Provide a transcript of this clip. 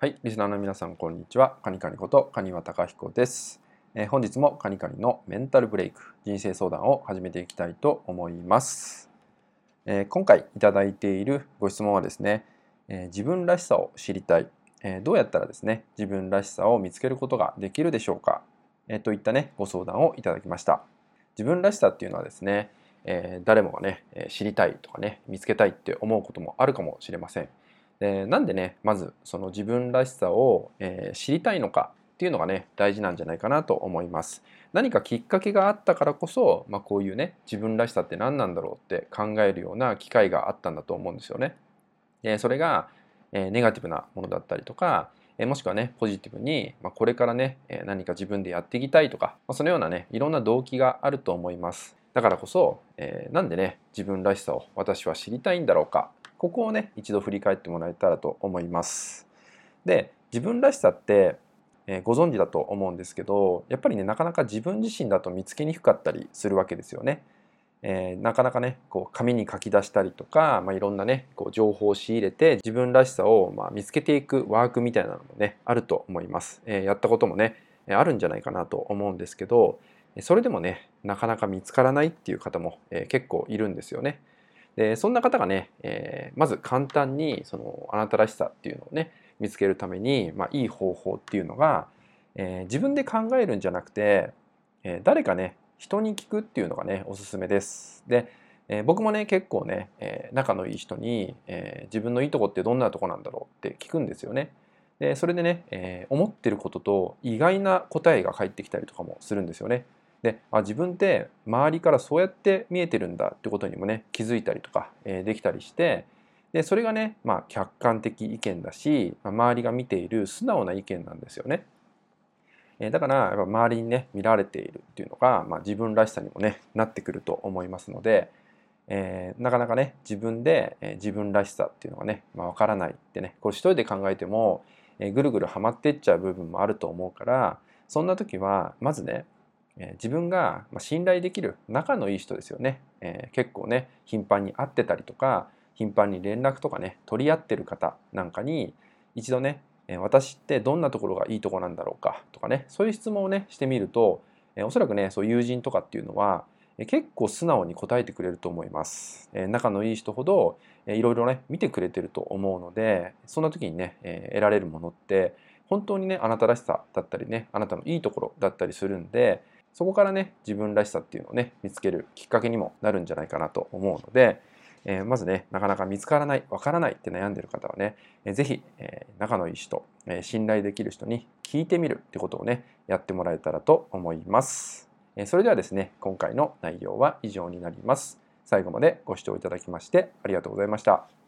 はい、リスナーの皆さん、こんにちは。カニカニこと蟹輪貴彦です。本日もカニカニのメンタルブレイク、人生相談を始めていきたいと思います。今回いただいているご質問はですね、自分らしさを知りたい、どうやったらですね、自分らしさを見つけることができるでしょうか、といったね、ご相談をいただきました。自分らしさっていうのはですね、誰もがね、知りたいとかね、見つけたいって思うこともあるかもしれません。なんでね、まずその自分らしさを、知りたいのかっていうのがね、大事なんじゃないかなと思います。何かきっかけがあったからこそ、こういうね、自分らしさって何なんだろうって考えるような機会があったんだと思うんですよね。それが、ネガティブなものだったりとか、もしくはね、ポジティブに、これからね、何か自分でやっていきたいとか、そのようなね、いろんな動機があると思います。だからこそ、なんでね、自分らしさを私は知りたいんだろうか。ここをね、一度振り返ってもらえたらと思います。で、自分らしさって、ご存知だと思うんですけど、やっぱりね、なかなか自分自身だと見つけにくかったりするわけですよね。なかなかねこう紙に書き出したりとか、いろんなねこう情報を仕入れて自分らしさを見つけていくワークみたいなのもねあると思います。やったこともねあるんじゃないかなと思うんですけど、それでもねなかなか見つからないっていう方も結構いるんですよね。でそんな方がね、まず簡単にそのあなたらしさっていうのをね見つけるために、いい方法っていうのが、自分で考えるんじゃなくて、誰かね人に聞くっていうのがねおすすめです。で、僕もね結構ね、仲のいい人に、自分のいいとこってどんなとこなんだろうって聞くんですよね。でそれでね、思ってることと意外な答えが返ってきたりとかもするんですよね。で、自分って周りからそうやって見えてるんだってことにもね気づいたりとか、できたりして、でそれがね、客観的意見だし、周りが見ている素直な意見なんですよね。だからやっぱ周りにね見られているっていうのが、自分らしさにもねなってくると思いますので、なかなかね自分で、自分らしさっていうのがね、わからないってねこれ一人で考えても、ぐるぐるはまってっちゃう部分もあると思うから、そんな時はまずね、自分が信頼できる仲のいい人ですよね、結構ね頻繁に会ってたりとか頻繁に連絡とかね取り合ってる方なんかに一度ね、私ってどんなところがいいところなんだろうかとかね、そういう質問をねしてみると、おそらくねそういう友人とかっていうのは結構素直に答えてくれると思います。仲のいい人ほどいろいろね見てくれてると思うので、そんな時にね得られるものって本当にねあなたらしさだったりねあなたのいいところだったりするんで、そこからね自分らしさっていうのをね見つけるきっかけにもなるんじゃないかなと思うので、まずねなかなか見つからないわからないって悩んでる方はね、ぜひ、仲のいい人、信頼できる人に聞いてみるってことをねやってもらえたらと思います。それではですね、今回の内容は以上になります。最後までご視聴いただきましてありがとうございました。